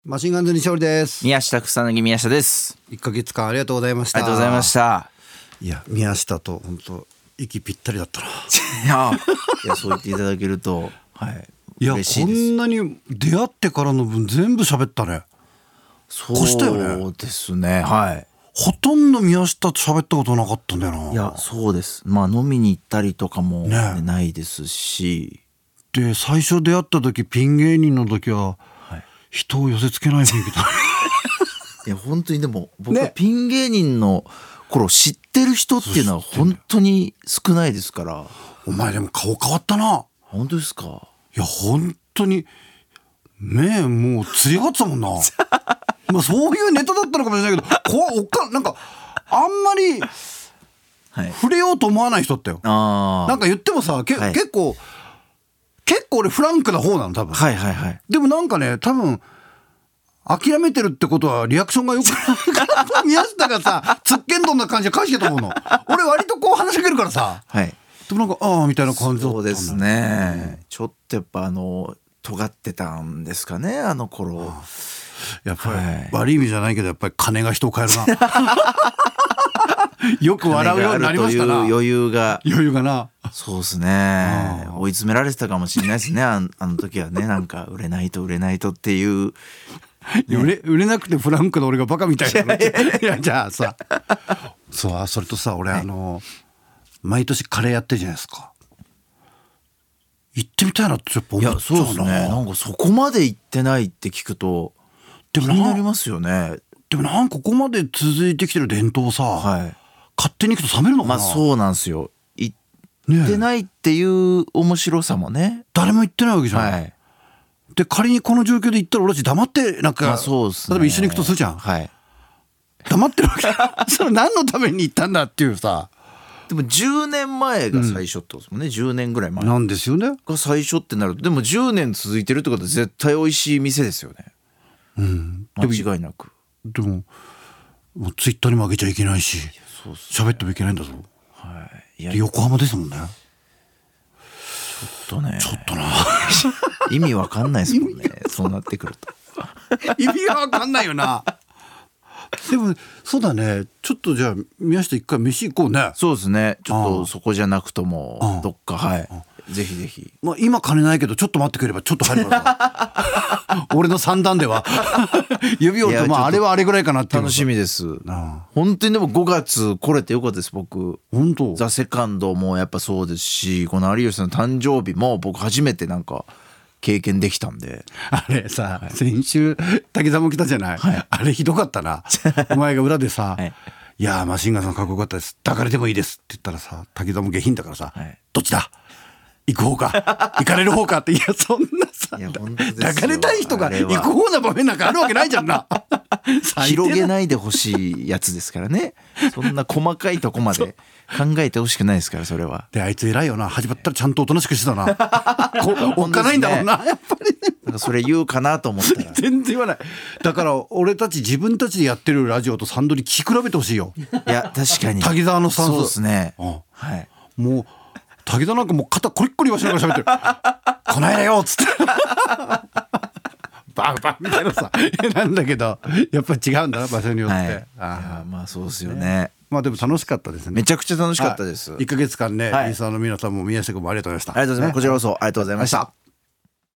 マシンガンズ西堀です。 宮下草薙宮下です。 1ヶ月間ありがとうございました。 ありがとうございました。 いや宮下と本当息ぴったりだったな。 いやそう言っていただけると、はい、 いや嬉しいです。 こんなに出会ってからの分全部喋ったね。 そうですね。はい。 ほとんど宮下と喋ったことなかったんだよな。 いやそうです。まあ飲みに行ったりとかも、ね、ないですし。 で最初出会った時ピン芸人の時は、はい、人を寄せ付けない雰囲気だ。 いや本当にでも僕はピン芸人の頃知ってる人っていうのは本当に少ないですから。 お前でも顔変わったな。 本当ですか。 いや本当に目もうつり上がってたもんな。まあそういうネタだったのかもしれないけどなんかあんまり触れようと思わない人ってよ。なんか言ってもさ、はい、結構俺フランクな方なの多分。 はいはいはい。 でもなんかね多分諦めてるってことはリアクションがよくないから宮下がさつっけんどんな感じで返してたと思うの。俺割とこう話しかけるからさ、はい、でもなんかああみたいな感じだったんだ。 そうですね、ちょっとやっぱ尖ってたんですかねあの頃。 やっぱり、はい、悪い意味じゃないけどやっぱり金が人を変えるな。よく笑うようになりましたな。 余裕がな。 そうですね。追い詰められてたかもしれないですね。あの時はね、なんか売れないとっていう、 ね、売れなくてフランクの俺がバカみたいな。いやじゃあさ、それとさ俺、はい、毎年カレーやってるじゃないですか。行ってみたいなってやっぱ思っちゃうな。いやそうですね。 なんかそこまで行ってないって聞くと気になりますよね。 でもなんかここまで続いてきてる伝統をさ、はい、勝手に行くと冷めるのかな。 まあそうなんですよ。行ってないっていう面白さもね。 誰も行ってないわけじゃん。はい、で仮にこの状況で行ったら俺たち黙ってなんか、まあそうですね、例えば一緒に行くとするじゃん。はい、黙ってるわけ。それ何のために行ったんだっていうさ。 でも10年前が最初ってことですもんね。10年ぐらい前なんですよね。 が最初ってなるとでも10年続いてるってことは絶対美味しい店ですよね。うん、間違いなく。 でもツイッターにも上げちゃいけないし喋ってもいけないんだぞ。はい、で横浜ですもんね。 ちょっとな意味わかんないですもんね。そうなってくると意味がわかんないよな。でもそうだね。ちょっとじゃあ宮下一回飯行こうね。 そうですね。ちょっとそこじゃなくともどっか、はい、ぜひぜひ。 まあ今金ないけどちょっと待ってくればちょっと入るから俺の三段では指折ってまああれはあれぐらいかなっていう。 楽しみです。本当にでも5月来れてよかったです僕。 本当。 ザ・セカンドもやっぱそうですし、この有吉さんの誕生日も僕初めてなんか経験できたんで。 あれさ、はい、先週滝沢も来たじゃない、はい、あれひどかったな。お前が裏でさ、はい、いやマシンガンさんかっこよかったです、抱かれてもいいですって言ったらさ、滝沢も下品だからさ、はい、どっちだ行く方か行かれる方かって。いやそんなさ抱かれたい人が行く方な場面なんかあるわけないじゃんな。 広げないでほしいやつですからね。そんな細かいとこまで考えてほしくないですからそれは。 であいつ偉いよな。始まったらちゃんとおとなしくしてたな。おっかないんだもんなやっぱり、ね、 なんかそれ言うかなと思ったら全然言わない。だから俺たち自分たちでやってるラジオとサンドリ聞き比べてほしいよ。 いや確かに滝沢のスタンス。 そうですね、 はい、もう滝沢なんかもう肩コリッコリ言わしながら喋ってる。こないだよっつってバンバンみたいなさなんだけどやっぱ違うんだな場所によって、はい、いやまあそうですよね。 まあでも楽しかったですね。 めちゃくちゃ楽しかったです。 1ヶ月間ね、リスナーの皆さんも宮下君もありがとうございました。 ありがとうございます、こちらこそありがとうございました。